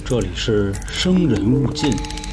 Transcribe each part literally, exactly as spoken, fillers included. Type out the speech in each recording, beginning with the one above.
这里是生人勿近。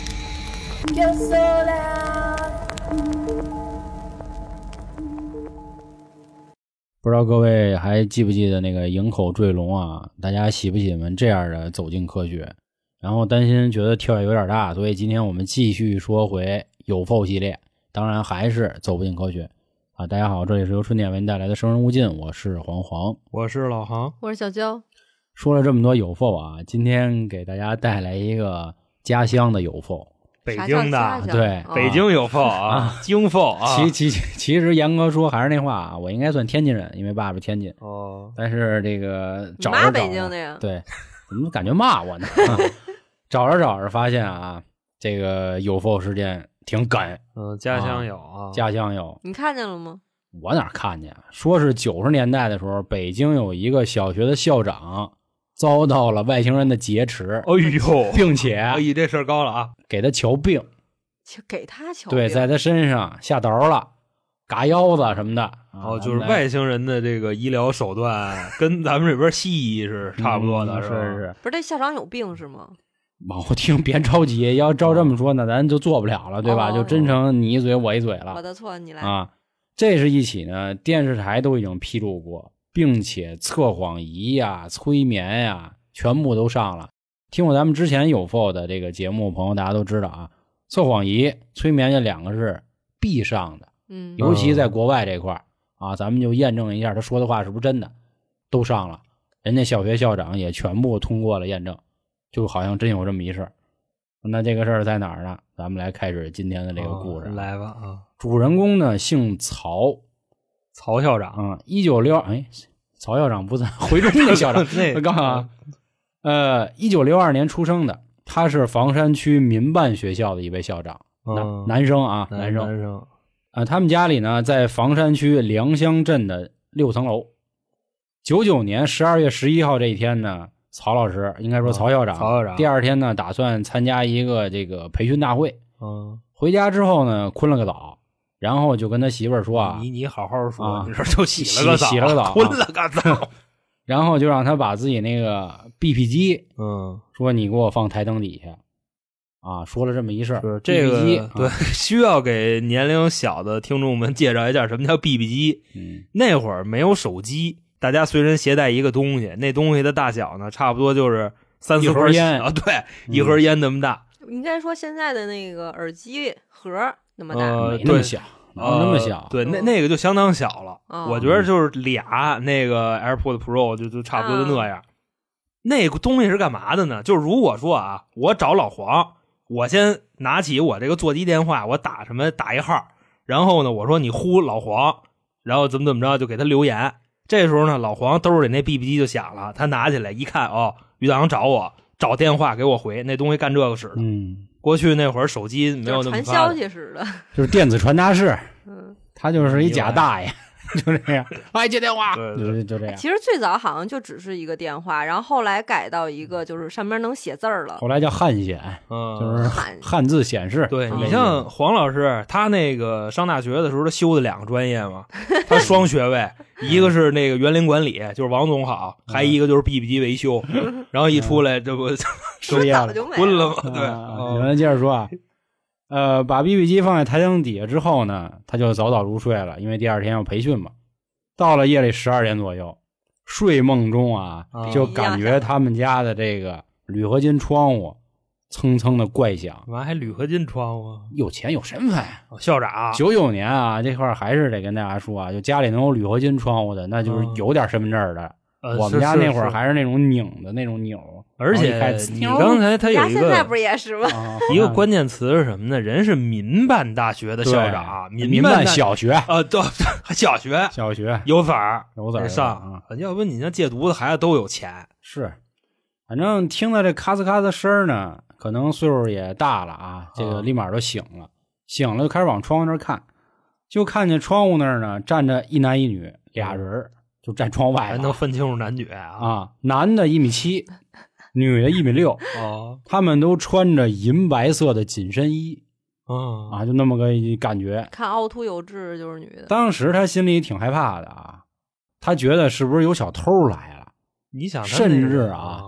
不知道各位还记不记得那个营口坠龙啊？大家喜不喜欢这样的走进科学？然后担心觉得跳跃有点大，所以今天我们继续说回有否系列，当然还是走不进科学啊！大家好，这里是由春点为您带来的生人勿近，我是黄黄， 我是老航， 我是小娇。 说了这么多有否啊，今天给大家带来一个家乡的有否。 北京的， 对、 哦，北京有否啊，京否啊。 其其其实严格说还是那话啊，我应该算天津人，因为爸爸是天津。 哦， 但是这个找着找着北京的呀， 对，怎么感觉骂我呢？找着找着发现啊，这个有否事件挺梗。 嗯，家乡有啊， 家乡有。 你看见了吗？ 我哪看见？说是九十年代的时候，北京有一个小学的校长遭到了外星人的劫持， 哎呦， 并且哎，这事儿高了啊， 给他瞧病， 就给他瞧病， 对，在他身上下刀了，嘎腰子什么的。 哦，就是外星人的这个医疗手段跟咱们这边西医是差不多的， 嗯、是是是。 不是这校长有病是吗？ 往后听别着急，要照这么说呢，咱就做不了了，对吧？ 哦、 就真成你一嘴我一嘴了。 我的错，你来啊！这是一起呢，电视台都已经披露过，并且测谎仪呀、催眠呀，全部都上了。听过咱们之前有否的这个节目，朋友大家都知道啊，测谎仪、催眠这两个是必上的， 嗯， 尤其在国外这块啊，咱们就验证一下他说的话是不是真的，都上了。人家小学校长也全部通过了验证，就好像真有这么一事。那这个事儿在哪儿呢？咱们来开始今天的这个故事。 哦、来吧啊！ 主人公呢姓曹， 曹校长啊，一九六哎，曹校长不在回中那校长那刚啊，呃，一九六二年出生的，他是房山区民办学校的一位校长， 哦、 男男生啊，男生男生啊、 呃，他们家里呢在房山区良乡镇的六层楼。九九年十二月十一号这一天呢。曹老师应该说曹校长、 哦、曹校长第二天呢打算参加一个这个培训大会， 嗯， 回家之后呢困了个澡，然后就跟他媳妇儿说啊， 你你好好说， 啊、 你说就洗了个澡， 洗了个澡， 困了个澡， 然后就让他把自己那个 B P 机， 嗯， 说你给我放台灯底下，啊，说了这么一事儿， 这个 B P 机对、啊，需要给年龄小的听众们介绍一下什么叫 B B 机。 嗯， 那会儿没有手机。大家随身携带一个东西，那东西的大小呢，差不多就是三四盒烟啊，对，一盒烟那么大。 应该说现在的那个耳机盒那么大， 呃、没那么小， 呃、 那么小， 对，那那个就相当小了。 哦、 我觉得就是俩那个 AirPods Pro 就就差不多就那样。哦、那个东西是干嘛的呢？就是如果说啊，我找老黄，我先拿起我这个座机电话，我打什么打一号，然后呢，我说你呼老黄，然后怎么怎么着，就给他留言。这时候呢，老黄兜里那 B B 机就响了，他拿起来一看，哦，于大阳找我，找电话给我回，那东西干这个使的。 嗯， 过去那会儿手机没有那么传消息似的， 就是电子传达室。 嗯， 他就是一假大爷，就这样，哎，接电话， 对对就就这样。 其实最早好像就只是一个电话，然后后来改到一个就是上面能写字儿了， 后来叫汉显， 嗯， 就是汉字显示。 对、嗯、你像黄老师，他那个上大学的时候，他修的两个专业嘛，他双学位，一个是那个园林管理，就是王总好， 嗯、 还一个就是 B B 机维修，嗯、然后一出来，这不失业了， 昏了吗？对， 你们、啊、接着说啊。呃，把 B B 机放在台灯底下之后呢，他就早早入睡了，因为第二天要培训嘛。到了夜里十二点左右，睡梦中啊， 啊就感觉他们家的这个铝合金窗户蹭蹭的怪响。 完还铝合金窗户？ 有钱有身份， 哦、校长。 九九年啊，这块还是得跟大家说啊，就家里能有铝合金窗户的，那就是有点身份证的。 嗯、 我们家那会儿还是那种拧的那种钮。 而且你刚才他有一个， 现在不也是吗？ 一个关键词是什么呢？人是民办大学的校长， 民办小学啊，对，小学， 小学有子儿， 有子儿上，要不你像戒毒的孩子都有钱。 是，反正听到这咔嚓咔嚓声呢，可能岁数也大了啊，这个立马就醒了，醒了就开始往窗户那儿看，就看见窗户那儿呢站着一男一女俩人，就站窗外， 还能分清楚男女啊？ 啊，男的一米七。女的一米六， 哦， 他们都穿着银白色的紧身衣， 嗯啊，就那么个感觉。 看凹凸有致就是女的。 当时他心里挺害怕的啊，他觉得是不是有小偷来了？ 你想， 甚至啊，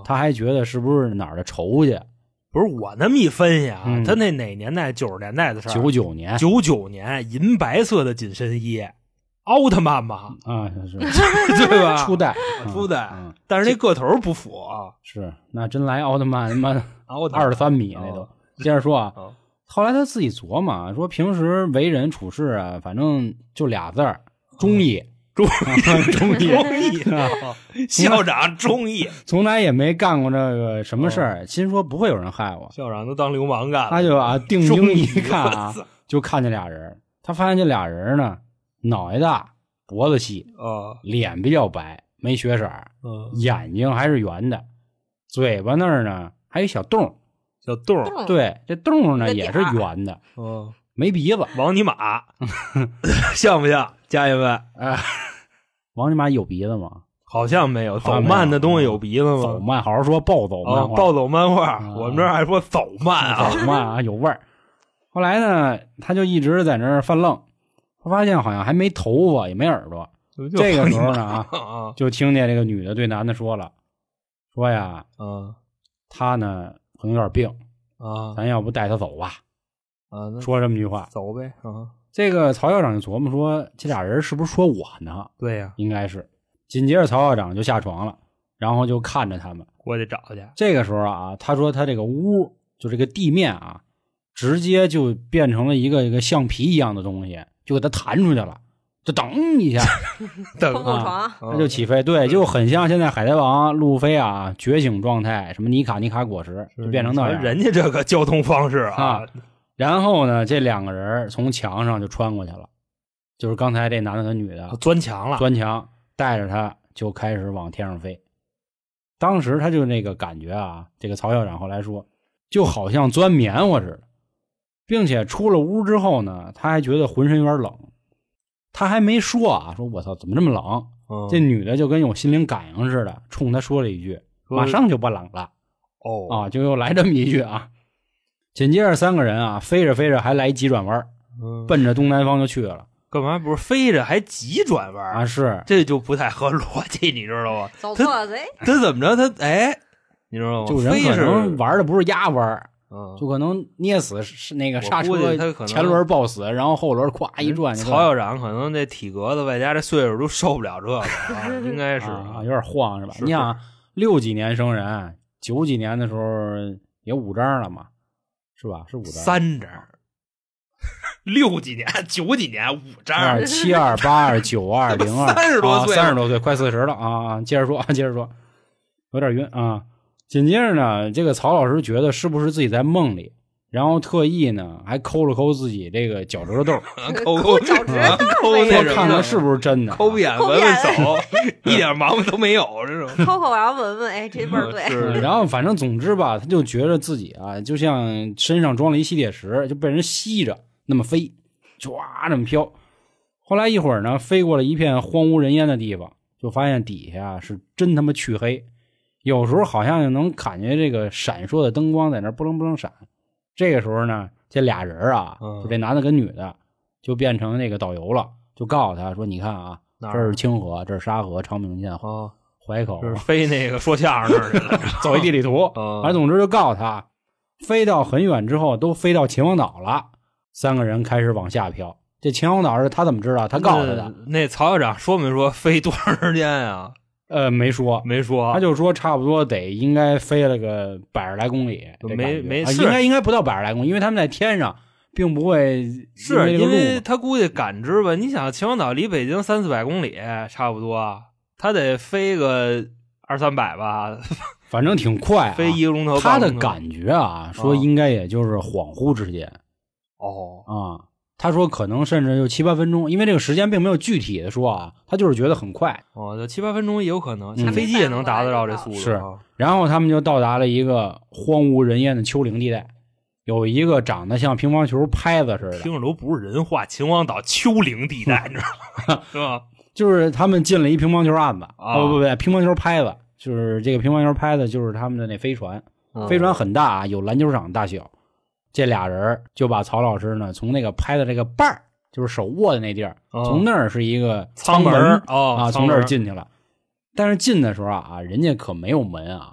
他还觉得是不是哪儿的仇家。 不是我那么一分析啊， 嗯、 他那哪年代？九十年代的事儿。 九九年， 九九年，银白色的紧身衣，奥特曼嘛， 啊是对吧？ 初代， 初代， 嗯、 但是那个头不符啊。 是，那真来奥特曼他妈二十三米那都。 哦、 接着说啊， 哦、 后来他自己琢磨说，平时为人处事啊，反正就俩字儿，忠义。 忠义，忠义， 忠义，校长忠义， 从来也没干过这个什么事儿，哦、心说不会有人害我。 校长都当流氓干了， 他就啊定睛一看啊，就看见俩人。他发现这俩人呢，脑袋大，脖子细， 哦、 脸比较白，没血色， 嗯、 眼睛还是圆的，嘴巴那儿呢还有小洞， 小洞， 对，这洞呢也是圆的， 哦、 没鼻子。 王尼玛，像不像？家人们， 哎，王尼玛有鼻子吗？ 好像没有。走慢的东西有鼻子吗？ 走慢，好好说暴走漫画。 哦、暴走漫画， 啊、 我们这儿还说走慢啊， 走慢啊，有味儿。后来呢，他就一直在那儿犯愣，他发现好像还没头发，也没耳朵。这个时候呢啊，就听见这个女的对男的说了，说呀， 嗯， 他呢可能有点病啊， 咱要不带他走吧？ 啊， 说这么句话， 走呗。啊， 这个曹校长就琢磨说，这俩人是不是说我呢？ 对呀、啊， 应该是。紧接着曹校长就下床了，然后就看着他们过去找去。 这个时候啊，他说他这个屋就这个地面啊，直接就变成了一个一个橡皮一样的东西，就给他弹出去了，就噔一下， 噔啊， 他就起飞，对，就很像现在海贼王路飞啊觉醒状态，什么尼卡尼卡果实就变成那样。 人家这个交通方式啊， 啊然后呢，这两个人从墙上就穿过去了，就是刚才这男的和女的钻墙了， 钻墙带着他就开始往天上飞。当时他就那个感觉啊，这个曹校长后来说，就好像钻棉花似的，并且出了屋之后呢，他还觉得浑身有点冷。他还没说啊，说我操怎么这么冷、 嗯、 这女的就跟有心灵感应似的，冲他说了一句，马上就不冷了。 哦啊，就又来这么一句啊。紧接着三个人啊，飞着飞着还来急转弯、嗯、奔着东南方就去了。 干嘛不是飞着还急转弯啊？是， 这就不太合逻辑，你知道吗？ 走错了贼。 他怎么着？他哎，你知道吗？ 就人可能玩的不是压弯， 嗯， 就可能捏死是那个刹车， 他前轮抱死，然后后轮咵一转。 曹校长可能这体格子外加这岁数都受不了这个啊，应该是啊，有点晃是吧？ 是你想六几年生人，九几年的时候也五张了嘛，是吧？是五张， 三张。六几年、九几年、五张， 七二、八二、九二、零二， 三十多岁， 三十多岁，快四十了啊！接着说，接着说，有点晕啊。紧接着呢，这个曹老师觉得是不是自己在梦里，然后特意呢还抠了抠自己这个脚趾头豆， 抠抠脚趾头， 抠那个，看看是不是真的， 抠眼闻闻手，一点毛病都没有，这种抠抠然后闻闻，哎，这味儿对。 是，然后反正总之吧，他就觉得自己啊，就像身上装了一吸铁石，就被人吸着。那么飞，唰这么飘。后来一会儿呢，飞过了一片荒无人烟的地方，就发现底下是真他妈黢黑，有时候好像能看见这个闪烁的灯光在那不楞不楞闪。这个时候呢，这俩人啊，就这男的跟女的，就变成那个导游了，就告诉他说：“你看啊，这是清河，这是沙河、长平县、 哦、 淮口， 是飞那个说相声去了， 走一地理图。 反正总之就告诉他，飞到很远之后，都飞到秦皇岛了。”三个人开始往下飘，这秦皇岛是他怎么知道？他告诉他的。 那, 那曹校长说没说飞多长时间呀？ 呃，没说， 没说， 他就说差不多得应该飞了个百十来公里， 没没、 啊、应该应该不到百十来公里，因为他们在天上，并不会是因为他估计感知吧。你想，秦皇岛离北京三四百公里，差不多，他得飞个二三百吧， 反正挺快、啊， 飞一个钟头。 他的感觉啊，说应该也就是恍惚之间。 哦啊、嗯，他说可能甚至就七八分钟，因为这个时间并没有具体的说啊，他就是觉得很快。 哦，就七八分钟也有可能， 嗯、 飞机也能达得到这速度。 是，然后他们就到达了一个荒无人烟的丘陵地带，有一个长得像乒乓球拍子似的， 听着都不是人话。秦皇岛丘陵地带，你知道吗？是吧？ 就是他们进了一乒乓球案子， 啊、 哦不不不，乒乓球拍子，就是这个乒乓球拍子就是他们的那飞船， 嗯、 飞船很大啊，有篮球场大小。这俩人就把曹老师呢从那个拍的这个把儿，就是手握的那地儿， 哦、 从那儿是一个舱门门哦啊，从那儿进去了。但是进的时候啊，人家可没有门啊，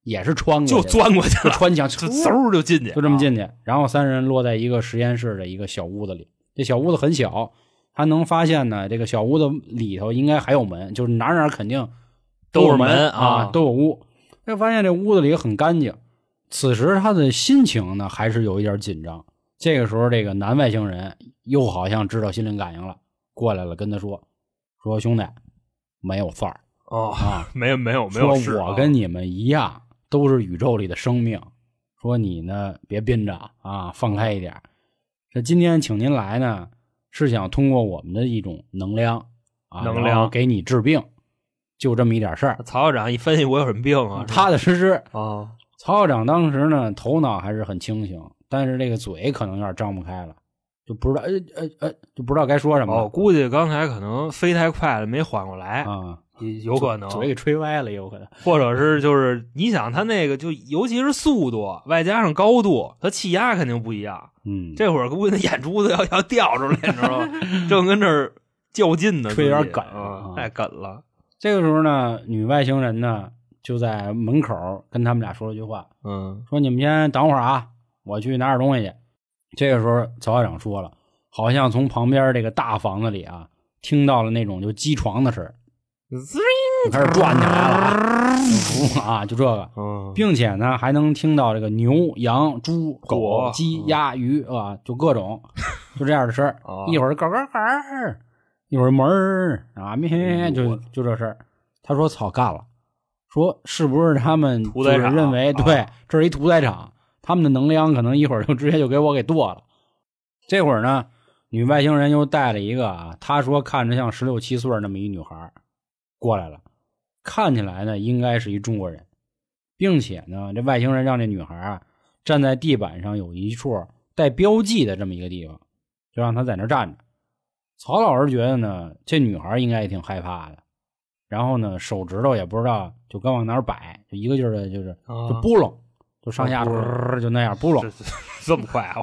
也是穿过去就钻过去了， 就穿墙， 就嗖就进去， 就这么进去。然后三人落在一个实验室的一个小屋子里，这小屋子很小，他能发现呢，这个小屋子里头应该还有门，就是哪哪肯定都有门都是门啊，都有屋。他发现这屋子里很干净。此时他的心情呢，还是有一点紧张。这个时候，这个男外星人又好像知道心灵感应了，过来了，跟他说：“说兄弟，没有事儿哦啊， 没有没有没有事， 说我跟你们一样，都是宇宙里的生命。说你呢，别憋着啊，放开一点。这今天请您来呢，是想通过我们的一种能量啊， 能量给你治病，就这么一点事儿。” 曹校长一分析，我有什么病啊？ 踏踏实实啊。 曹校长当时呢，头脑还是很清醒，但是这个嘴可能有点张不开了，就不知道，呃呃呃，就不知道该说什么。 哦，估计刚才可能飞太快了，没缓过来啊， 有可能嘴给吹歪了，有可能， 或者是就是你想他那个，就尤其是速度外加上高度，他气压肯定不一样。 嗯， 这会儿估计那眼珠子要要掉出来，你知道吗？正跟这儿较劲呢， 吹有点梗啊，太梗了。 这个时候呢，女外星人呢就在门口跟他们俩说了句话， 嗯， 说你们先等会儿啊，我去拿点东西去。这个时候曹校长说了，好像从旁边这个大房子里啊听到了那种就机床的声儿，就开始转起来了啊，啊，就这个， 嗯， 并且呢还能听到这个牛、羊、猪、狗、 狗鸡、鸭、鱼啊，就各种就这样的声儿， 哦一会儿咯咯咯，一会儿门儿啊咩，就就这事儿。他说操干了，说是不是他们就是认为对、啊、这是一屠宰场，他们的能量可能一会儿就直接就给我给剁了。这会儿呢，女外星人又带了一个啊，他说看着像十六七岁那么一女孩过来了，看起来呢应该是一中国人，并且呢这外星人让这女孩啊站在地板上有一处带标记的这么一个地方，就让她在那站着。曹老师觉得呢这女孩应该也挺害怕的，然后呢手指头也不知道就跟往哪儿摆，就一个劲儿的就是就拨楞，就上下就那样拨楞， 这么快啊！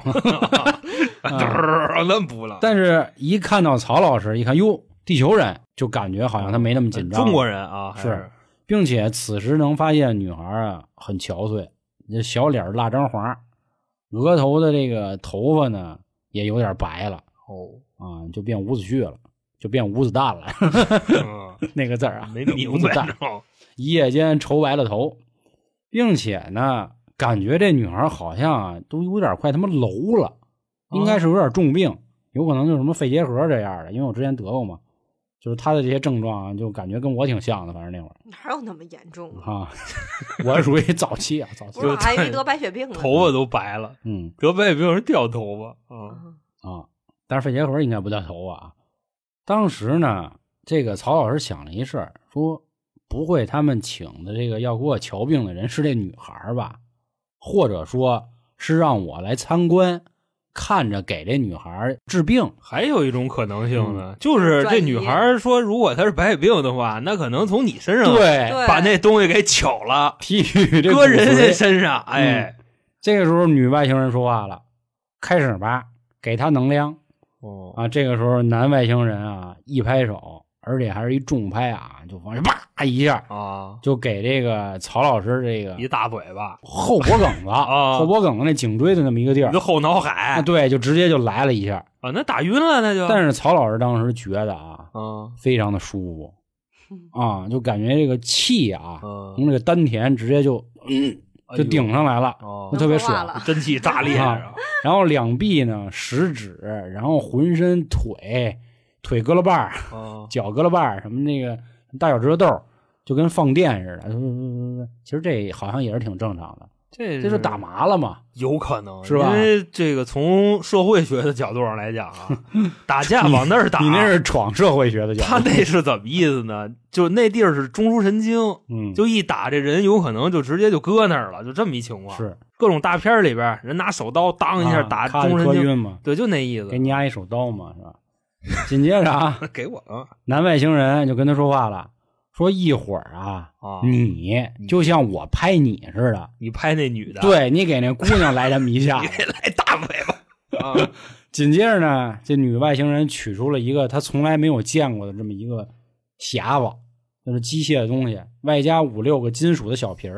那不了。 但是一看到曹老师，一看哟，地球人，就感觉好像他没那么紧张。 中国人啊， 是，并且此时能发现女孩啊很憔悴，这小脸蜡张黄，额头的这个头发呢也有点白了。 哦啊，就变伍子胥了，就变伍子蛋了。 嗯、 那个字儿啊， 没明白。 一夜间愁白了头，并且呢，感觉这女孩好像啊都有点快他妈楼了，应该是有点重病，哦、有可能就是什么肺结核这样的，因为我之前得过嘛，就是她的这些症状啊，就感觉跟我挺像的，反正那会儿哪有那么严重啊？我属于早期啊，早期不是还以为得白血病了， 头发都白了， 嗯， 得白血病是掉头发啊、 嗯、 啊，但是肺结核应该不掉头发啊。当时呢，这个曹老师想了一事，说不会他们请的这个要给我瞧病的人是这女孩吧？或者说是让我来参观，看着给这女孩治病。 还有一种可能性呢，嗯、就是这女孩说，如果她是白血病的话，那可能从你身上对把那东西给取了， 提取这搁人家身上。哎、 嗯，这个时候女外星人说话了，开始吧，给她能量。 哦啊，这个时候男外星人啊一拍手，而且还是一重拍啊，就往上啪一下啊， 就给这个曹老师这个一大嘴巴， 后脖梗子啊， 后脖梗子那颈椎的那么一个地儿， 就后脑海啊，对，就直接就来了一下啊，那打晕了那就。 但是曹老师当时觉得啊， 啊， 非常的舒服啊，就感觉这个气啊， 嗯、 从这个丹田直接就嗯。就顶上来了， 哦、 就特别爽， 真气炸裂啊！然后两臂呢，食指，然后浑身腿，腿胳膊瓣哦、 脚胳膊瓣什么那个大脚趾头豆，就跟放电似的。其实这好像也是挺正常的， 这这是打麻了嘛？ 有可能是吧？ 因为这个从社会学的角度上来讲啊，打架往那儿打， 你那是闯社会学的角度。 他那是怎么意思呢？就那地儿是中枢神经， 嗯， 就一打这人有可能就直接就搁那儿了，就这么一情况。 是各种大片里边人拿手刀当一下打中枢神经、 啊、嘛， 对，就那意思， 给你压一手刀嘛，是吧？紧接着啊， 给我啊， 男外星人就跟他说话了。说一会儿啊， 啊你就像我拍你似的， 你拍那女的， 对你给那姑娘来这么一下， 你给来大尾巴啊！ 紧接着呢，这女外星人取出了一个她从来没有见过的这么一个匣子，就是机械的东西，外加五六个金属的小瓶儿，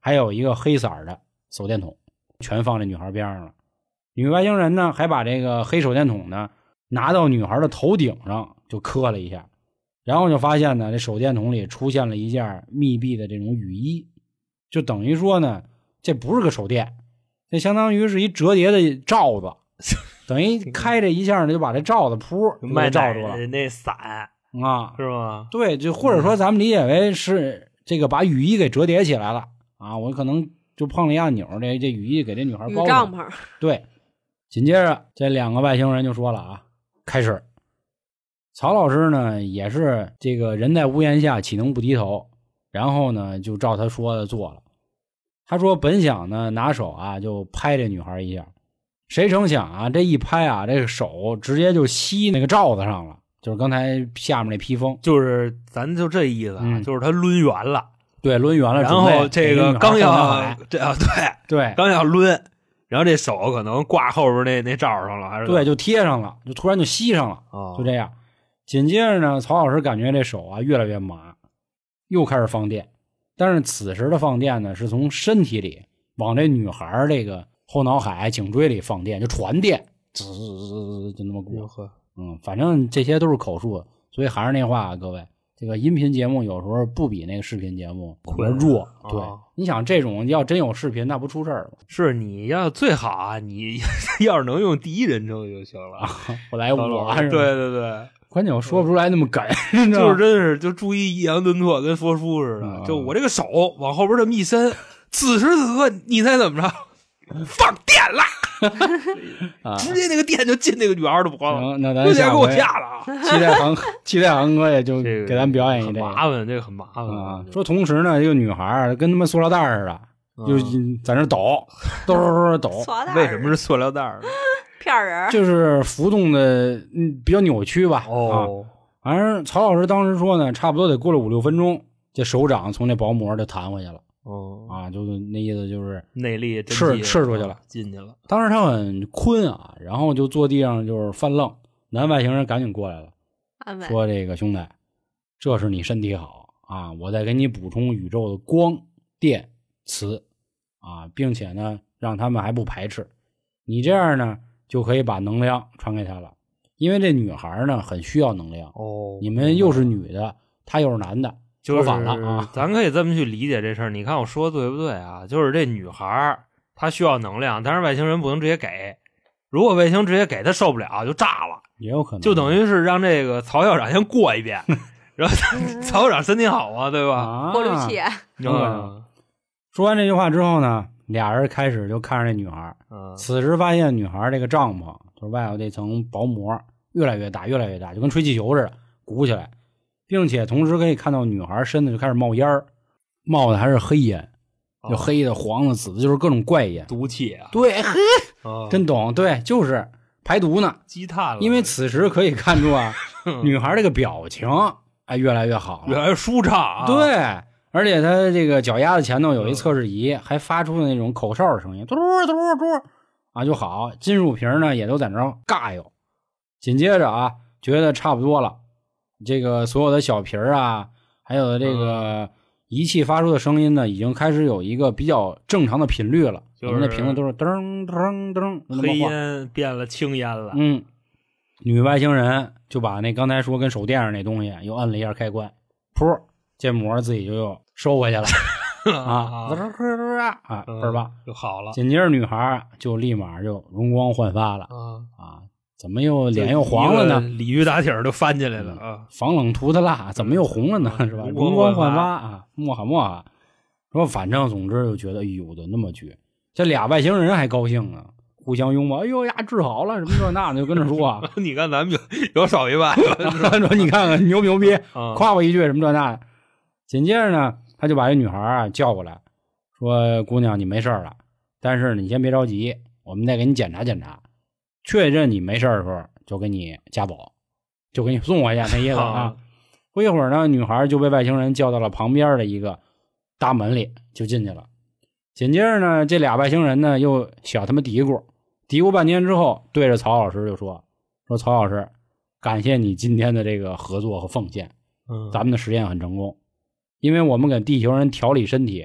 还有一个黑色的手电筒，全放在女孩边上了。女外星人呢，还把这个黑手电筒呢拿到女孩的头顶上就磕了一下，然后就发现呢，这手电筒里出现了一件密闭的这种雨衣，就等于说呢，这不是个手电，这相当于是一折叠的罩子，等于开这一下呢，就把这罩子噗就给罩住了。 那伞啊， 是吗？ 对，就或者说咱们理解为是这个把雨衣给折叠起来了啊，我可能就碰了一按钮，这这雨衣给这女孩包雨帐篷。 对，紧接着这两个外星人就说了啊，开始。曹老师呢也是这个人在屋檐下岂能不低头，然后呢就照他说的做了。他说本想呢拿手啊就拍这女孩一下，谁成想啊这一拍啊，这个手直接就吸那个罩子上了，就是刚才下面那披风， 就是咱就这意思啊、 嗯、 就是他抡圆了， 对，抡圆了， 然后这个刚要这啊对对， 刚要抡，然后这手可能挂后边那那罩上了，还是对，就贴上了，就突然就吸上了， 哦、 就这样。紧接着呢，曹老师感觉这手啊越来越麻，又开始放电，但是此时的放电呢是从身体里往这女孩这个后脑海颈椎里放电，就传电，滋滋就那么过。嗯，反正这些都是口述，所以还是那话，各位，这个音频节目有时候不比那个视频节目弱。 哦、 对，你想这种要真有视频，那不出事儿了。 是你要最好啊，你要是能用第一人称就行了。 我来我， 对对对。 关键我说不出来那么梗， 就是真是就注意抑扬顿挫，跟说书似的。 嗯、 就我这个手往后边这么一伸，此时此刻你猜怎么着？放电了，直接那个电就进那个女孩的脖子， 那咱下给我吓了。 期待航期待航哥也就给咱表演一这个， 麻烦，这个很麻烦啊。说同时呢，这个女孩跟他妈塑料袋似的，就在那抖，抖抖抖。 为什么是塑料袋呢？ 骗人， 就是浮动的，嗯，比较扭曲吧。 哦， 反正曹老师当时说呢，差不多得过了五六分钟，这手掌从那薄膜就弹回去了。 哦， 啊，就是那意思就是内力吃吃出去了， 进去了。 当时他很困啊，然后就坐地上就是犯愣。男外星人赶紧过来了，说：“这个兄弟，这是你身体好啊，我再给你补充宇宙的光、电、磁啊，并且呢，让他们还不排斥。你这样呢。”就可以把能量传给他了，因为这女孩呢很需要能量哦。 你们又是女的，她又是男的， 说反了啊！ 咱可以这么去理解这事儿。你看我说对不对啊？就是这女孩她需要能量，但是外星人不能直接给。如果外星直接给，她受不了就炸了， 也有可能。 就等于是让这个曹校长先过一遍，然后曹校长身体好啊，对吧？ 啊、 过滤器。 嗯。说完这句话之后呢？俩人开始就看着那女孩， 嗯， 此时发现女孩这个帐篷就是外头这层薄膜越来越大，越来越大，就跟吹气球似的鼓起来，并且同时可以看到女孩身子就开始冒烟儿，冒的还是黑烟，就黑的、黄的、紫的，就是各种怪烟， 毒气啊！ 对，嘿， 哦、 真懂，对，就是排毒呢， 积碳了。 因为此时可以看出啊，女孩这个表情哎越来越好了， 越来越舒畅啊， 对。而且他这个脚丫子前头有一测试仪，嗯、还发出那种口哨的声音，嘟嘟嘟啊就好。金属瓶呢也都在那儿尬悠。紧接着啊，觉得差不多了，这个所有的小瓶啊，还有这个仪器发出的声音呢，已经开始有一个比较正常的频率了。 就是、 我们的瓶子都是噔噔噔， 黑烟变了青烟了。 嗯，女外星人就把那刚才说跟手电上那东西又摁了一下开关，噗，建模自己就又收回去了啊，啊，是吧？ 就好了。 紧接着女孩就立马就容光焕发了啊啊！怎么又脸又黄了呢？ 鲤鱼打挺就翻进来了啊！ 防冷涂的蜡怎么又红了呢？是吧？容光焕发啊！摸哈摸哈。说反正总之就觉得哎呦的那么绝，这俩外星人还高兴呢，互相拥抱，哎呦呀治好了什么这那的就跟着说啊， 你看咱们有有少一半， 说你看看牛不牛逼，夸我一句什么这那的。紧接着呢，他就把这女孩啊叫过来，说：“姑娘，你没事了，但是你先别着急，我们再给你检查检查，确认你没事的时候，就给你夹走，就给你送回去那意思啊。”不一会儿呢，女孩就被外星人叫到了旁边的一个大门里，就进去了。紧接着呢，这俩外星人呢又小他妈嘀咕，嘀咕半天之后，对着曹老师就说：“说曹老师，感谢你今天的这个合作和奉献， 嗯， 咱们的实验很成功。”因为我们给地球人调理身体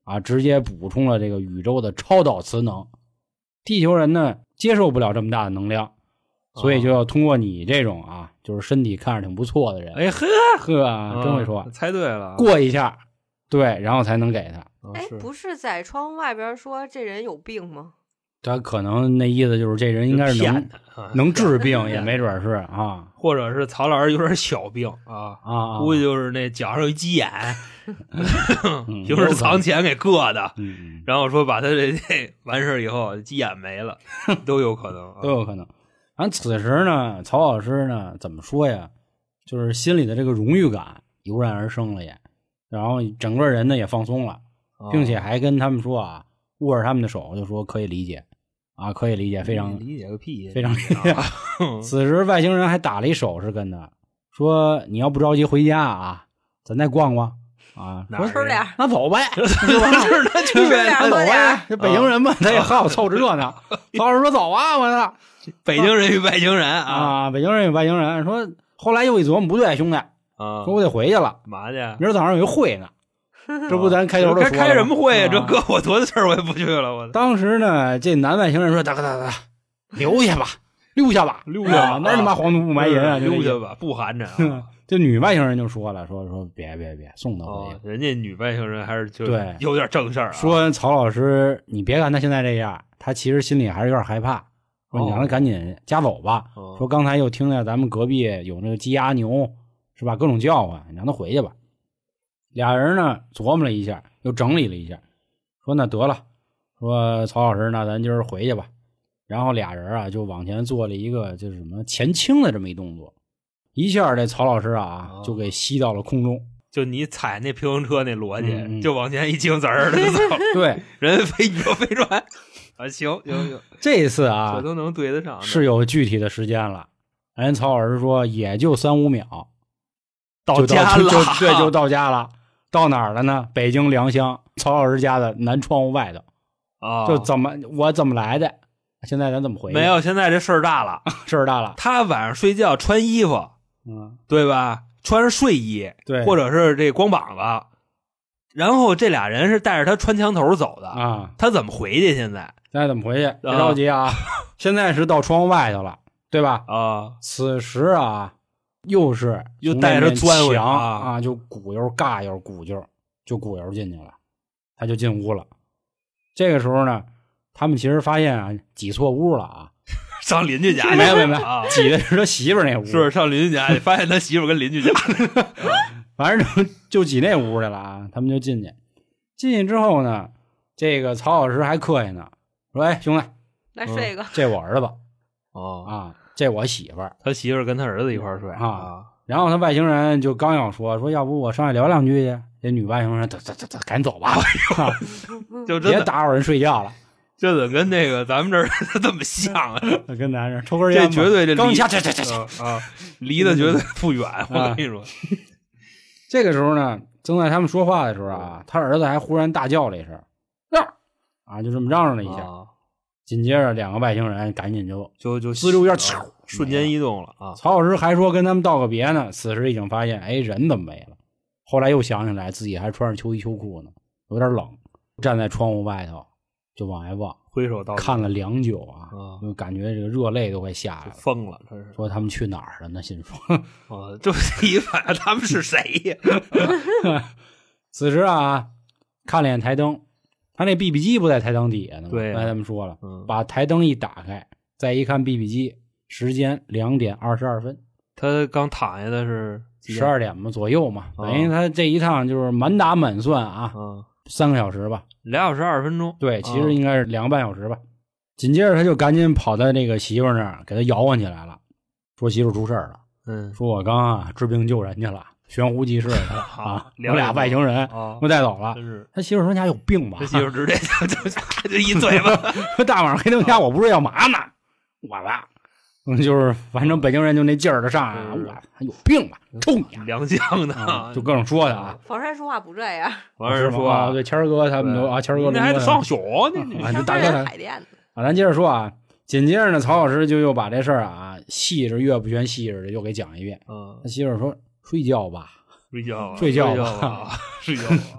啊，直接补充了这个宇宙的超导磁能。地球人呢接受不了这么大的能量，所以就要通过你这种啊，就是身体看着挺不错的人， 哎呵呵啊，真会说， 啊猜对了， 过一下，对，然后才能给他。 哎，不是在窗户外边说这人有病吗？ 他可能那意思就是这人应该是能啊能治病，也没准是啊， 或者是曹老师有点小病啊啊， 估计就是那脚上有一鸡眼， 嗯平时藏钱给硌的， 嗯， 然后说把他这这完事以后鸡眼没了，都有可能， 都有可能。完此时呢，曹老师呢怎么说呀？就是心里的这个荣誉感油然而生了也，然后整个人呢也放松了，并且还跟他们说啊，握着他们的手就说可以理解。啊，可以理解，非常理解个屁， 非常理解。此时外星人还打了一手势跟他说：“你要不着急回家啊，咱再逛逛啊， 说吃点， 那走呗， 是他吃点， 那走呗。这北京人嘛，他也好凑着热闹。曹老师说走啊，我操！ 北京人与外星人啊，北京人与外星人说，后来又一琢磨，不对，兄弟， 啊， 说我得回去了， 嘛去？ 明儿早上有一会呢。”这不咱开头都说了， 开什么会啊？这搁我多的事儿我也不去了。我当时呢，这男外星人说：“大哥大哥，留下吧，溜下吧， 溜下吧， 那他妈黄土不埋银啊， 溜下吧，不寒碜。” 这女外星人就说了：“说说别别别，送他回去。” 人家女外星人还是就对有点正事儿。 说曹老师，你别看他现在这样，他其实心里还是有点害怕。说你让他赶紧家走吧。说刚才又听见咱们隔壁有那个鸡鸭牛，是吧？各种叫唤，你让他回去吧。俩人呢琢磨了一下，又整理了一下，说那得了，说曹老师，那咱今儿回去吧。然后俩人啊就往前做了一个就是什么前倾的这么一动作，一下这曹老师啊、哦、就给吸到了空中。 就你踩那平衡车那逻辑， 嗯、 就往前一倾，滋儿的就走了。 对， 人飞宇宙飞船啊，行行行， 这一次啊， 这都能对得上， 是有具体的时间了。人曹老师说也就三五秒， 到家了， 就对，就到家了。到哪儿了呢？北京良乡曹老师家的南窗户外头啊、哦， 就怎么我怎么来的？现在咱怎么回去？ 没有，现在这事儿大了， 事儿大了。 他晚上睡觉穿衣服， 嗯， 对吧？穿着睡衣， 对， 或者是这光膀子。然后这俩人是带着他穿墙头走的啊， 他怎么回去？现在现在怎么回去？别着急啊，啊现在是到窗户外头了，对吧？ 啊， 此时啊。又是又带着钻墙啊啊，就鼓悠尬悠鼓啾，就鼓悠进去了，他就进屋了。这个时候呢，他们其实发现啊，挤错屋了啊， 上邻居家去， 没有没有没有， 啊、 挤的是他媳妇那屋， 是上邻居家去，发现他媳妇跟邻居家， 反正就就挤那屋去了啊。他们就进去，进去之后呢，这个曹老师还客气呢，说：“哎，兄弟， 来睡一个， 嗯、这我儿子哦啊。”这我媳妇儿， 他媳妇儿跟他儿子一块儿睡啊。然后他外星人就刚要说说，要不我上来聊两句去。这女外星人，走走走走，赶紧走吧， 就别打扰人睡觉了。 这怎么跟那个咱们这儿这么像啊？ 跟咱这抽根烟， 这绝对这刚掐，这这这啊，离得绝对不远。我跟你说， 这个时候呢，正在他们说话的时候啊，他儿子还忽然大叫了一声，啊，就这么嚷嚷了一下。紧接着，两个外星人赶紧就就就四六一下， 瞬间移动了啊！ 曹老师还说跟他们道个别呢，此时已经发现，哎，人怎么没了？后来又想起来自己还穿着秋衣秋裤呢，有点冷，站在窗户外头就往外望， 挥手道看了良久啊， 啊就感觉这个热泪都快下来了， 疯了，这是说他们去哪儿了呢？心说， 哦，这一反他们是谁呀？ 此时啊，看了眼台灯。他那 B B 机不在台灯底下呢吗？ 对、啊， 刚才他们说了， 嗯， 把台灯一打开，再一看 B B 机，时间两点二十二分。 他刚躺下的是十二点嘛左右嘛， 哦、 等于他这一趟就是满打满算啊， 嗯， 三个小时吧， 俩小时二十分钟。 对，其实应该是两个半小时吧。紧接着他就赶紧跑到那个媳妇那儿，给他摇唤起来了，说媳妇出事儿了， 嗯， 说我刚啊治病救人去了。悬壶济世的啊，有俩外星人都带走了。他媳妇说：“你家有病吧？” 他媳妇直接就就就一嘴巴， 说大晚上黑灯瞎，我不是要嘛呢？我吧，嗯，就是反正北京人就那劲儿的上啊，我有病吧？抽你啊！ 良相的、 啊，就各种说的啊。 房山说话不这样， 房山说啊，对，谦儿哥他们都啊，谦儿哥你还得上学呢， 你大哥海淀的啊，咱接着说啊。紧接着呢，曹老师就又把这事儿啊细致岳不全细致的又给讲一遍。 嗯， 他媳妇说。睡觉吧， 睡觉， 睡觉吧，睡觉吧。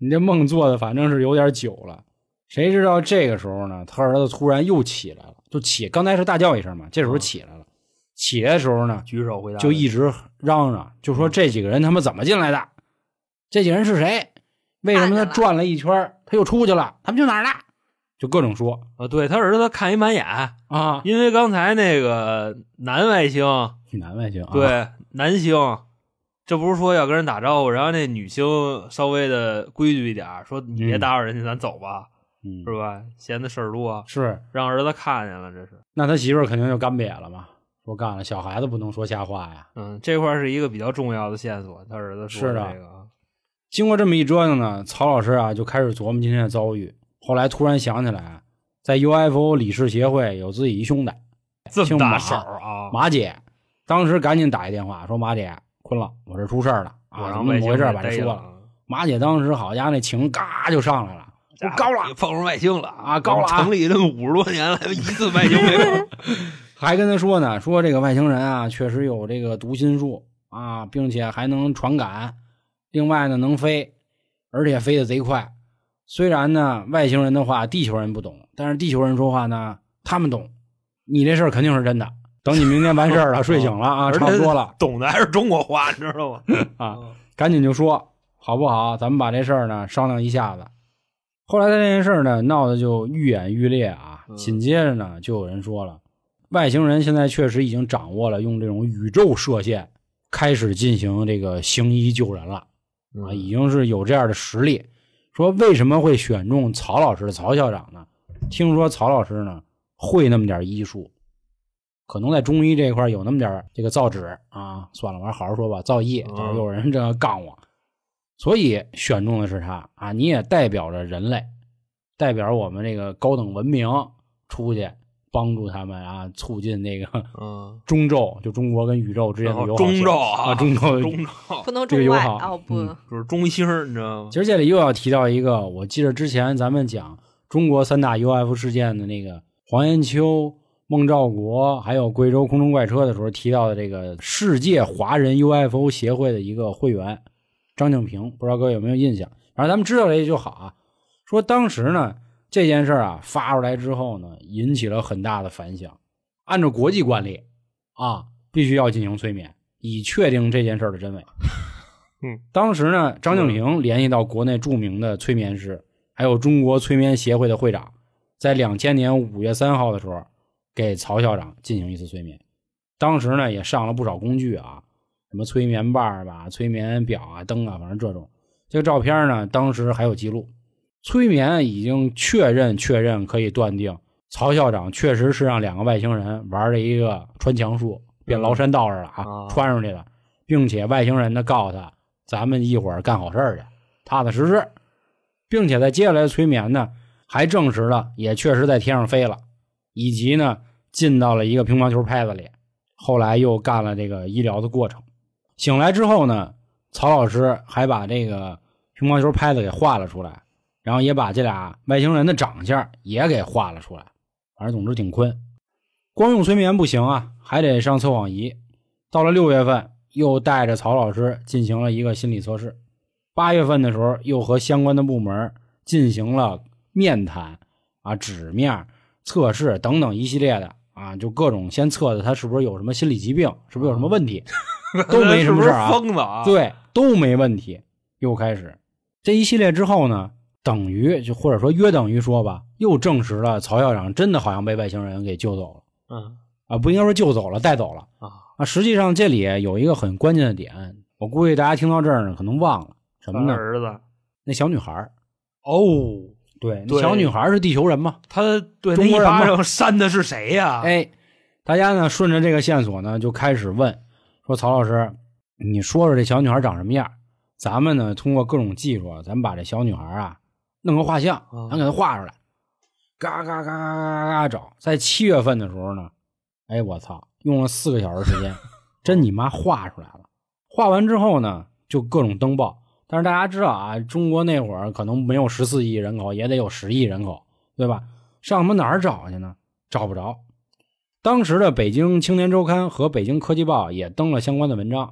你这梦做的反正是有点久了。谁知道这个时候呢，他儿子突然又起来了，就起，刚才是大叫一声嘛，这时候起来了。起来的时候呢， 举手回答， 就一直嚷嚷，就说这几个人他们怎么进来的？这几个人是谁？为什么他转了一圈他又出去了？他们去哪儿了？就各种说啊，对他儿子看一满眼啊， 因为刚才那个男外星， 男外星， 对、 啊、 男星，这不是说要跟人打招呼，然后那女星稍微的规矩一点，说你别打扰人家，嗯、咱走吧。 嗯， 是吧？嫌的事儿多， 是让儿子看见了，这是。 那他媳妇儿肯定就干瘪了嘛，说干了，小孩子不能说瞎话呀。 嗯，这块是一个比较重要的线索，他儿子说的这个。 经过这么一折腾呢，曹老师啊就开始琢磨今天的遭遇。后来突然想起来，在 U F O 理事协会有自己一兄弟， 这么大手啊， 马姐，当时赶紧打一电话说马姐困了，我这出事了啊，怎么回事？把这说了。马姐当时好家伙那情嘎就上来了。高了， 碰上外星了啊！ 高了， 成立这么五十多年了，一次外星没有。 还跟他说呢，说这个外星人啊，确实有这个读心术啊，并且还能传感，另外呢能飞，而且飞得贼快。虽然呢外星人的话地球人不懂，但是地球人说话呢他们懂。你这事儿肯定是真的。等你明天完事儿了，睡醒了啊，差不多了， 懂的还是中国话，你知道吗？ 啊，赶紧就说好不好？咱们把这事儿呢商量一下子。后来这件事呢闹得就愈演愈烈啊，紧接着呢就有人说了，外星人现在确实已经掌握了用这种宇宙射线开始进行这个行医救人了啊，已经是有这样的实力。说为什么会选中曹老师的曹校长呢？听说曹老师呢会那么点医术，可能在中医这块有那么点这个造纸啊，算了，我还好好说吧，造诣，就是有人这样杠我。所以选中的是他啊！你也代表着人类，代表我们这个高等文明出去帮助他们啊，促进那个嗯中宙，就中国跟宇宙之间的友好。 中宙啊， 中宙， 中宙不能中外哦，不， 嗯、 就是中星，你知道吗？ 其实这里又要提到一个，我记得之前咱们讲中国三大 U F O 事件的那个黄延秋、孟兆国，还有贵州空中怪车的时候提到的这个世界华人 U F O 协会的一个会员。张静平，不知道各位有没有印象？反正咱们知道这就好啊。说当时呢，这件事啊发出来之后呢，引起了很大的反响。按照国际惯例啊，必须要进行催眠，以确定这件事的真伪。 嗯， 当时呢，张静平联系到国内著名的催眠师，还有中国催眠协会的会长，在两千年五月三号的时候，给曹校长进行一次催眠。当时呢，也上了不少工具啊。什么催眠棒吧、催眠表啊、灯啊，反正这种。这个照片呢，当时还有记录。催眠已经确认，确认可以断定，曹校长确实是让两个外星人玩了一个穿墙术，变崂山道士了啊， 嗯、 穿上去了，并且外星人呢告诉他，咱们一会儿干好事儿去，踏踏实实。并且在接下来的催眠呢，还证实了，也确实在天上飞了，以及呢进到了一个乒乓球拍子里，后来又干了这个医疗的过程。醒来之后呢，曹老师还把这个乒乓球拍子给画了出来，然后也把这俩外星人的长相也给画了出来。反正总之挺困。光用催眠不行啊，还得上测谎仪。到了六月份，又带着曹老师进行了一个心理测试。八月份的时候，又和相关的部门进行了面谈啊、纸面测试等等一系列的啊，就各种先测的他是不是有什么心理疾病，是不是有什么问题。都没什么事啊， 是不是疯子啊？ 对，都没问题。又开始这一系列之后呢，等于就或者说约等于说吧，又证实了曹校长真的好像被外星人给救走了。 嗯啊，不应该说救走了，带走了啊啊。实际上这里有一个很关键的点，我估计大家听到这儿呢，可能忘了什么呢？ 儿子， 那小女孩哦， 对，那小女孩是地球人嘛？ 她对中国人那一巴掌扇的是谁呀？ 哎，大家呢顺着这个线索呢，就开始问。说曹老师，你说说这小女孩长什么样？咱们呢通过各种技术，咱们把这小女孩啊弄个画像，咱给她画出来。嘎嘎嘎嘎嘎嘎找，在七月份的时候呢，哎我操，用了四个小时时间，真你妈画出来了。画完之后呢，就各种登报。但是大家知道啊，中国那会儿可能没有十四亿人口，也得有十亿人口，对吧？上我们哪儿找去呢？找不着。当时的北京青年周刊和北京科技报也登了相关的文章，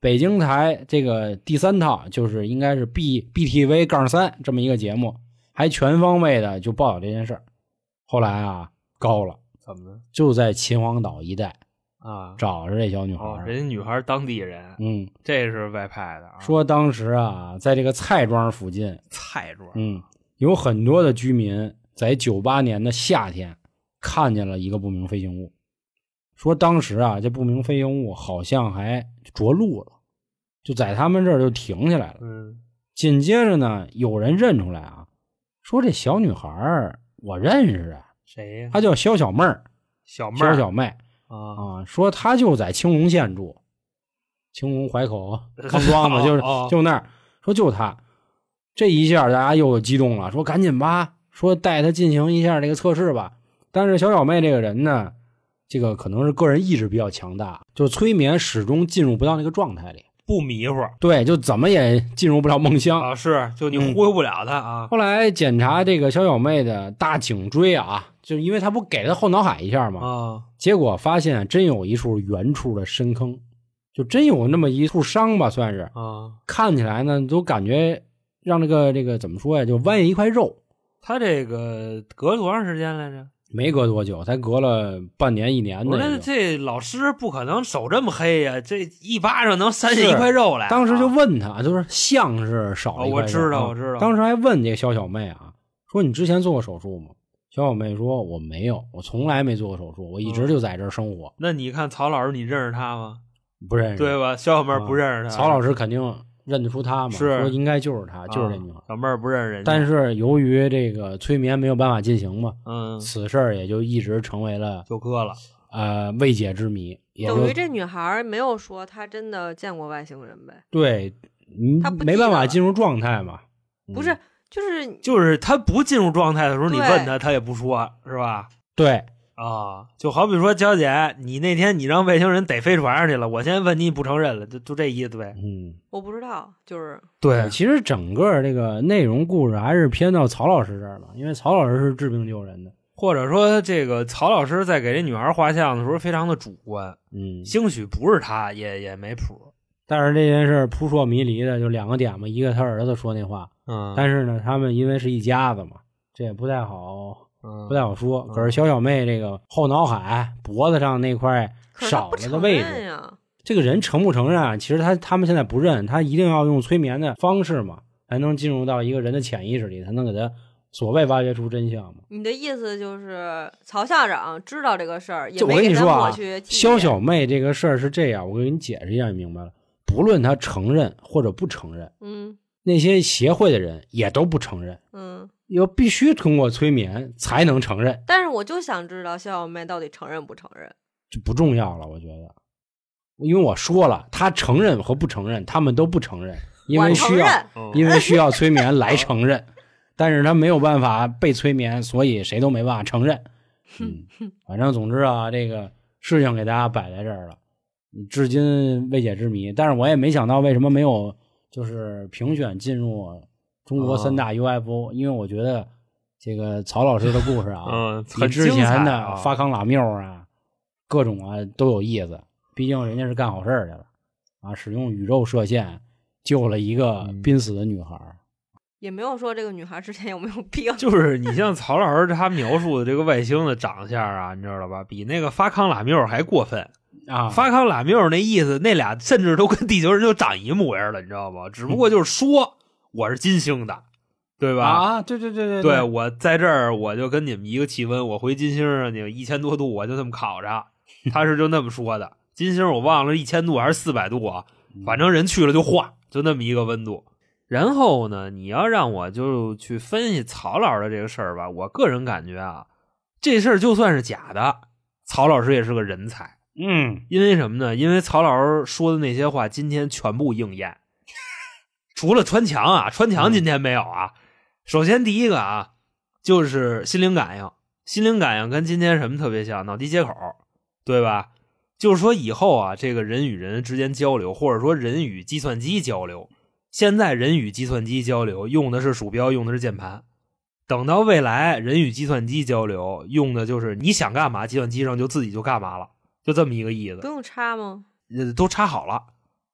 北京台这个第三套就是应该是 B BTV 杠三这么一个节目，还全方位的就报道这件事儿。后来啊，高了， 怎么了？ 就在秦皇岛一带啊， 找着这小女孩、 哦，人家女孩当地人， 嗯， 这是外派的、啊。 说当时啊，在这个蔡庄附近， 蔡庄， 嗯，有很多的居民在九八年的夏天看见了一个不明飞行物。说当时啊，这不明飞行物好像还着陆了，就在他们这儿就停下来了。 嗯， 紧接着呢，有人认出来啊，说这小女孩我认识啊， 谁呀、啊？ 她叫肖小妹儿， 小妹肖小妹啊啊，说她就在青龙县住，青龙淮口康庄子就是、 哦、 就那儿，说就她。这一下大家又激动了，说赶紧吧，说带她进行一下这个测试吧。但是小小妹这个人呢，这个可能是个人意志比较强大，就是催眠始终进入不到那个状态里， 不迷糊， 对，就怎么也进入不了梦乡啊，是，就你忽悠不了他啊、 嗯。后来检查这个小小妹的大颈椎啊，就因为他不给他后脑海一下嘛， 啊， 结果发现真有一处圆处的深坑，就真有那么一处伤吧，算是啊， 看起来呢都感觉让这个这个怎么说呀，就弯下一块肉。 他这个隔了多长时间来着？ 没隔多久，才隔了半年一年的。 那这老师不可能手这么黑呀、啊，这一巴掌能扇下一块肉来。 当时就问他，就是像是少了一块肉、 哦、我知道，我知道。 当时还问这个肖小妹啊，说你之前做过手术吗？肖小妹说我没有，我从来没做过手术，我一直就在这儿生活。 嗯、那你看曹老师，你认识他吗？ 不认识， 对吧？肖小妹不认识他、 啊，曹老师肯定认得出他嘛， 是说应该就是他，就是这女孩。 啊、小妹儿不认识人， 但是由于这个催眠没有办法进行嘛， 嗯， 此事儿也就一直成为了就磕了， 呃，未解之谜。也等于这女孩没有说她真的见过外星人呗？ 对，你没办法进入状态嘛。 不是，就是就是他不进入状态的时候，你问他，他也不说，是吧？ 对。 啊，就好比说，娇姐，你那天你让外星人逮飞船上去了，我现在问你不承认了，就就这意思呗。 嗯， 我不知道，就是对，其实整个这个内容故事还是偏到曹老师这儿了，因为曹老师是治病救人的， 或者说这个曹老师在给这女孩画像的时候非常的主观， 嗯， 兴许不是他，也也没谱。 但是这件事扑朔迷离的就两个点嘛，一个他儿子说那话， 嗯， 但是呢，他们因为是一家子嘛，这也不太好。 嗯、 不太好说，可是小小妹这个后脑海脖子上那块少了的位置，这个人承不承认啊？其实他他们现在不认，他一定要用催眠的方式嘛，才能进入到一个人的潜意识里，才能给他所谓挖掘出真相嘛。 你的意思就是曹校长知道这个事儿，也没给他抹去。 肖小妹这个事儿是这样，我给你解释一下，你明白了？不论他承认或者不承认， 嗯， 那些协会的人也都不承认， 嗯。 要必须通过催眠才能承认， 但是我就想知道肖小妹到底承认不承认， 就不重要了。我觉得，因为我说了，他承认和不承认，他们都不承认，因为需要，因为需要催眠来承认，但是他没有办法被催眠，所以谁都没办法承认。嗯，反正总之啊，这个事情给大家摆在这儿了，至今未解之谜。但是我也没想到为什么没有就是评选进入中国三大 U F O、哦、因为我觉得这个曹老师的故事啊， 嗯， 比之前的发康拉缪啊，各种啊都有意思。毕竟人家是干好事去了啊，使用宇宙射线救了一个濒死的女孩、嗯， 也没有说这个女孩之前有没有病。 就是你像曹老师他描述的这个外星的长相啊，你知道吧？比那个发康拉缪还过分啊！ 发康拉缪那意思，那俩甚至都跟地球人就长一模样了，你知道吗？只不过就是说。我是金星的，对吧？ 啊，对对对对， 对我在这儿，我就跟你们一个气温，我回金星上去一千多度，我就这么烤着。他是就那么说的，金星我忘了一千度还是四百度啊，反正人去了就化，就那么一个温度。然后呢，你要让我就去分析曹老师的这个事儿吧，我个人感觉啊，这事儿就算是假的，曹老师也是个人才。 嗯， 因为什么呢？因为曹老师说的那些话，今天全部应验。除了穿墙啊，穿墙今天没有啊。嗯、首先第一个啊，就是心灵感应，心灵感应跟今天什么特别像？脑机接口，对吧？就是说以后啊，这个人与人之间交流，或者说人与计算机交流，现在人与计算机交流用的是鼠标，用的是键盘。等到未来人与计算机交流用的就是你想干嘛，计算机上就自己就干嘛了，就这么一个意思。 不用插吗？ 呃，都插好了。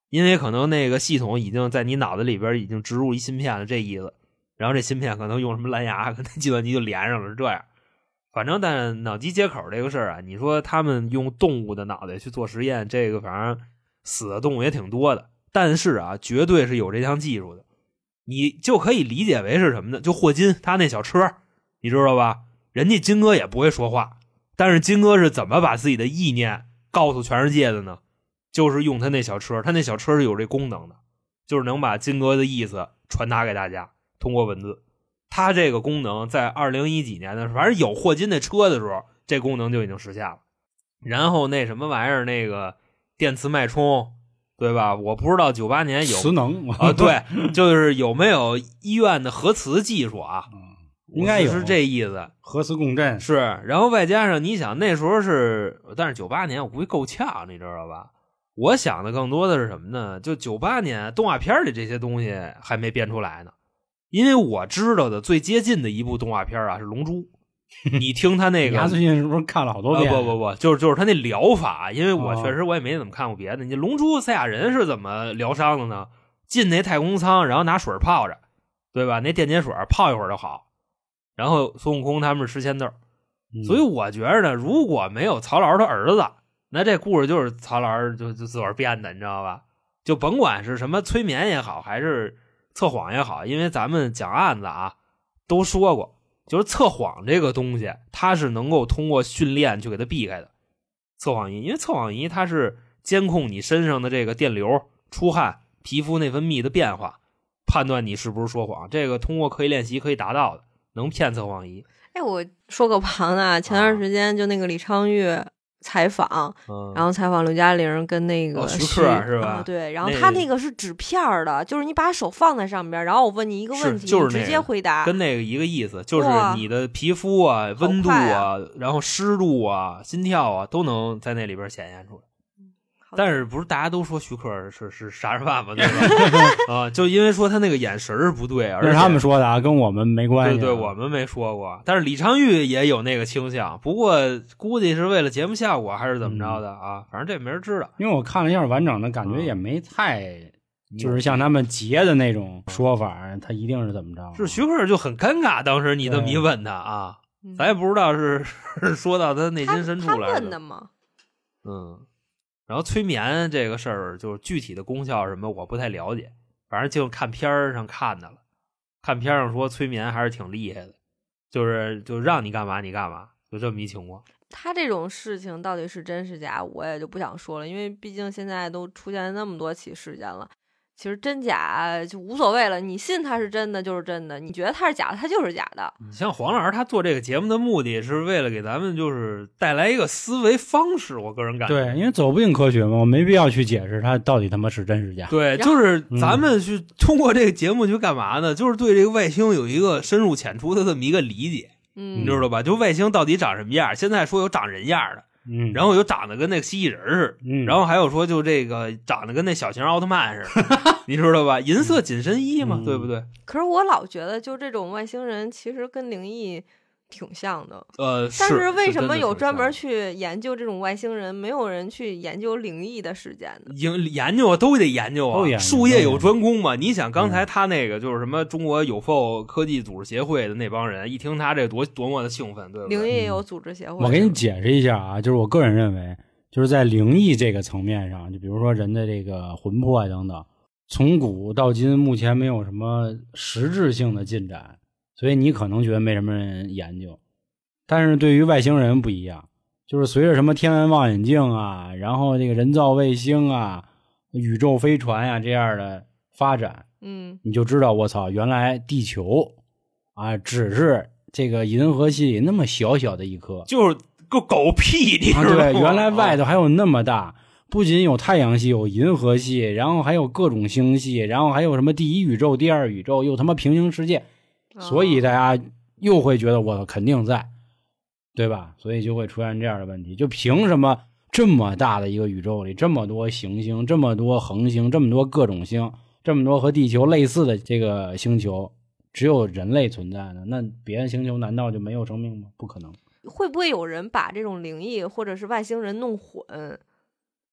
因为可能那个系统已经在你脑子里边已经植入一芯片了，这意思。然后这芯片可能用什么蓝牙跟那计算机就连上了，是这样。反正但脑机接口这个事儿啊，你说他们用动物的脑袋去做实验，这个反正死的动物也挺多的。但是啊，绝对是有这项技术的。你就可以理解为是什么呢？就霍金他那小车，你知道吧？人家金哥也不会说话，但是金哥是怎么把自己的意念告诉全世界的呢？就是用他那小车，他那小车是有这功能的，就是能把金哥的意思传达给大家，通过文字。他这个功能在二零一几年的时候，反正有霍金那车的时候，这功能就已经实现了。然后那什么玩意儿，那个电磁脉冲，对吧？我不知道九八年有磁能啊，对，就是有没有医院的核磁技术啊？ 应该有， 是这意思。 核磁共振是，然后外加上你想那时候是，但是九八年我估计够呛，你知道吧？我想的更多的是什么呢？就九八年动画片里这些东西还没编出来呢。因为我知道的最接近的一部动画片啊是《龙珠》，你听他那个， 你最近是不是看了好多遍？ 啊、不不不，就是就是他那疗法，因为我确实我也没怎么看过别的。你《龙珠》赛亚人是怎么疗伤的呢？进那太空舱，然后拿水泡着，对吧？那电解水泡一会儿就好。然后孙悟空他们是吃仙豆， 嗯、 所以我觉得呢，如果没有曹老师的儿子，那这故事就是曹老师就就自个儿编的，你知道吧？就甭管是什么催眠也好，还是测谎也好，因为咱们讲案子啊都说过，就是测谎这个东西，它是能够通过训练去给它避开的。测谎仪，因为测谎仪它是监控你身上的这个电流、出汗、皮肤内分泌的变化，判断你是不是说谎。这个通过刻意练习可以达到的，能骗测谎仪。 哎，我说个旁的，前段时间就那个李昌钰采访、嗯、然后采访刘嘉玲跟那个、 哦、徐克是吧、 啊、对，然后他那个是纸片的，就是你把手放在上边，然后我问你一个问题， 就是、 你直接回答， 跟那个一个意思，就是你的皮肤啊、温度啊，然后湿度啊、心跳啊都能在那里边显现出来。但是不是大家都说徐克是是杀人犯吗？对吧？啊，就因为说他那个眼神不对，而且是他们说的啊，跟我们没关系、啊。 对对，我们没说过。但是李昌钰也有那个倾向，不过估计是为了节目效果还是怎么着的啊？嗯、反正这没人知道。 因为我看了一下完整的，感觉也没太，嗯、就是像他们截的那种说法，他一定是怎么着？ 是徐克就很尴尬，当时你这么一问他啊，咱也不知道是是说到他内心深处来他问的吗？ 嗯。然后催眠这个事儿，就是具体的功效什么我不太了解，反正就看片儿上看的了。看片上说催眠还是挺厉害的，就是就让你干嘛你干嘛，就这么一情况。 他这种事情到底是真是假，我也就不想说了，因为毕竟现在都出现那么多起事件了。其实真假就无所谓了，你信它是真的就是真的，你觉得它是假的它就是假的。 像黄老师他做这个节目的目的是为了给咱们就是带来一个思维方式，我个人感觉对，因为走不进科学嘛，我没必要去解释它到底他妈是真是假。 对，就是咱们去通过这个节目去干嘛呢？嗯、就是对这个外星有一个深入浅出的这么一个理解， 嗯， 你知道吧？就外星到底长什么样？现在说有长人样的。 嗯， 然后有长得跟那个蜥蜴人似的， 嗯， 然后还有说就这个长得跟那小型奥特曼似的，你知道吧？银色紧身衣嘛， 嗯、 对不对？ 可是我老觉得，就这种外星人其实跟灵异挺像的。 呃， 但是为什么有专门去研究这种外星人，没有人去研究灵异的事件呢？ 研研究啊，都得研究啊，术业有专攻嘛。你想刚才他那个就是什么中国有否科技组织协会的那帮人，一听他这多多么的兴奋，对不对？ 灵异也有组织协会、 嗯。我给你解释一下啊，就是我个人认为，就是在灵异这个层面上，就比如说人的这个魂魄啊等等，从古到今目前没有什么实质性的进展，所以你可能觉得没什么人研究。但是对于外星人不一样，就是随着什么天文望远镜啊，然后这个人造卫星啊、宇宙飞船啊这样的发展， 嗯， 你就知道我操，原来地球啊只是这个银河系里那么小小的一颗， 就是个狗屁，你知道吗？ 啊、对，原来外头还有那么大，不仅有太阳系，有银河系，然后还有各种星系，然后还有什么第一宇宙、第二宇宙，又他妈平行世界，所以大家又会觉得我肯定在。对吧？所以就会出现这样的问题，就凭什么这么大的一个宇宙里，这么多行星，这么多恒星，这么多各种星，这么多和地球类似的这个星球，只有人类存在呢？那别的星球难道就没有生命吗？不可能。 会不会有人把这种灵异或者是外星人弄混？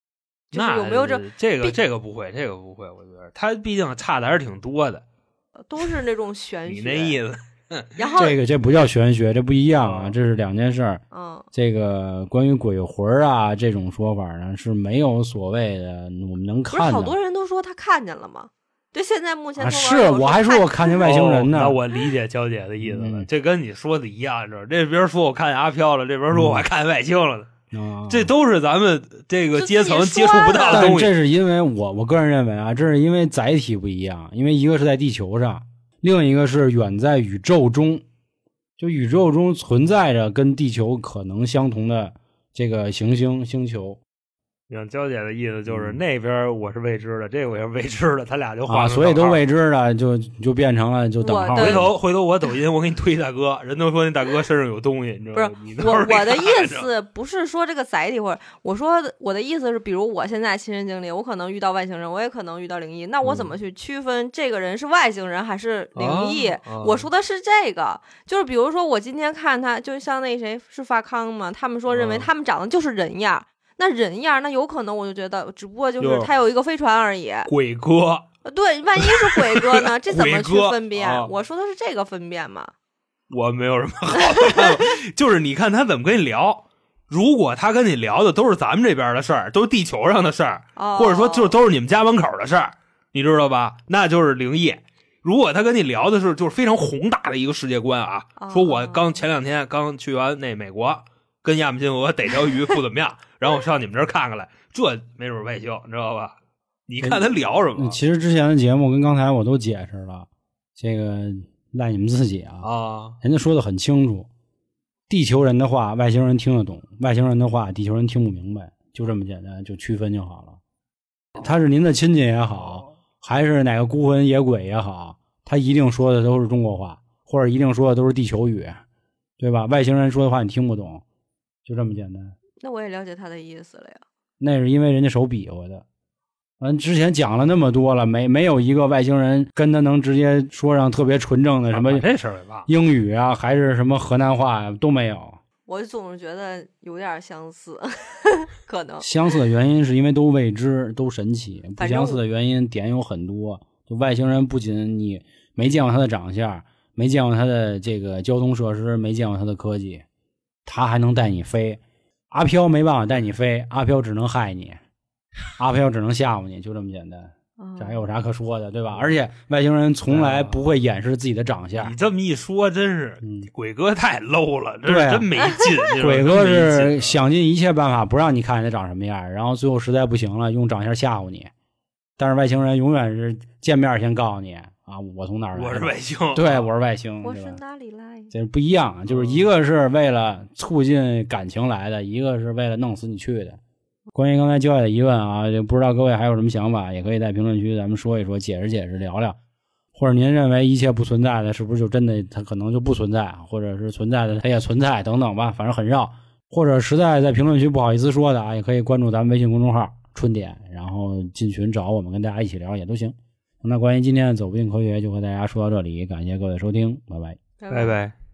就是有没有这这个这个不会，这个不会，我觉得他毕竟差的还是挺多的， 都是那种玄学。 你那意思。 然后这个这不叫玄学，这不一样啊，这是两件事儿。 嗯， 这个关于鬼魂啊这种说法呢是没有所谓的，我们能看的。 不是好多人都说他看见了吗？对，现在目前、 啊、是我还说我看见外星人呢。 哦、那我理解娇姐的意思了， 嗯、 这跟你说的一样，知道？这边说我看见阿飘了，这边说我还看见外星了呢。 嗯、 这都是咱们这个阶层接触不到的东西。 但这是因为我我个人认为啊，这是因为载体不一样，因为一个是在地球上，另一个是远在宇宙中。就宇宙中存在着跟地球可能相同的这个行星星球。 像娇姐的意思就是、嗯、那边我是未知的，这个我也是未知的，他俩就画、 啊，所以都未知的，就就变成了就等号。 回头回头我抖音我给你推大哥，人都说那大哥身上有东西，你知道吗？ 不是我我的意思不是说这个载体，或者我说我的意思是，比如我现在亲身经历，我可能遇到外星人，我也可能遇到灵异，那我怎么去区分这个人是外星人还是灵异？ 啊啊、 我说的是这个，就是比如说我今天看他，就像那谁是发康嘛，他们说认为他们长得就是人样。啊那人样，那有可能我就觉得，只不过就是他有一个飞船而已。 鬼哥， 对，万一是鬼哥呢？这怎么去分辨？ 啊、 我说的是这个分辨嘛。 我没有什么好的办法，就是你看他怎么跟你聊。如果他跟你聊的都是咱们这边的事儿，都是地球上的事儿， 哦、 或者说就都是你们家门口的事儿，你知道吧？那就是灵异。如果他跟你聊的是就是非常宏大的一个世界观啊， 哦、 说我刚前两天刚去完那美国。跟亚马逊河逮条鱼不怎么样，然后我上你们这儿看看来，这没准外星，你知道吧？你看他聊什么？ 其实之前的节目跟刚才我都解释了，这个赖你们自己啊。 啊， 人家说的很清楚，地球人的话外星人听得懂，外星人的话地球人听不明白，就这么简单，就区分就好了。他是您的亲戚也好，还是哪个孤魂野鬼也好，他一定说的都是中国话，或者一定说的都是地球语，对吧？外星人说的话你听不懂。就这么简单。 那我也了解他的意思了呀。 那是因为人家手比划的。完之前讲了那么多了，没没有一个外星人跟他能直接说上特别纯正的什么这事儿吧， 英语啊，还是什么河南话呀、啊，都没有。 我总是觉得有点相似，可能相似的原因是因为都未知，都神奇；不相似的原因点有很多。就外星人不仅你没见过他的长相，没见过他的这个交通设施，没见过他的科技。他还能带你飞，阿飘没办法带你飞，阿飘只能害你，阿飘只能吓唬你，就这么简单。这还有啥可说的，对吧？而且外星人从来不会掩饰自己的长相。 你这么一说，真是， 嗯， 鬼哥太 low 了， 对、啊， 真没劲。 鬼哥是想尽一切办法不让你看见他长什么样，然后最后实在不行了，用长相吓唬你。但是外星人永远是见面先告诉你。啊，我从哪儿来？ 我是外星， 对，我是外星， 我是哪里来？ 这不一样，就是一个是为了促进感情来的，一个是为了弄死你去的。关于刚才交姐的疑问啊，就不知道各位还有什么想法，也可以在评论区咱们说一说，解释解释，聊聊。或者您认为一切不存在的，是不是就真的它可能就不存在，或者是存在的它也存在等等吧，反正很绕。或者实在在评论区不好意思说的啊，也可以关注咱们微信公众号春点，然后进群找我们，跟大家一起聊也都行。那关于今天的走不进科学就和大家说到这里，感谢各位收听，拜拜， 拜拜。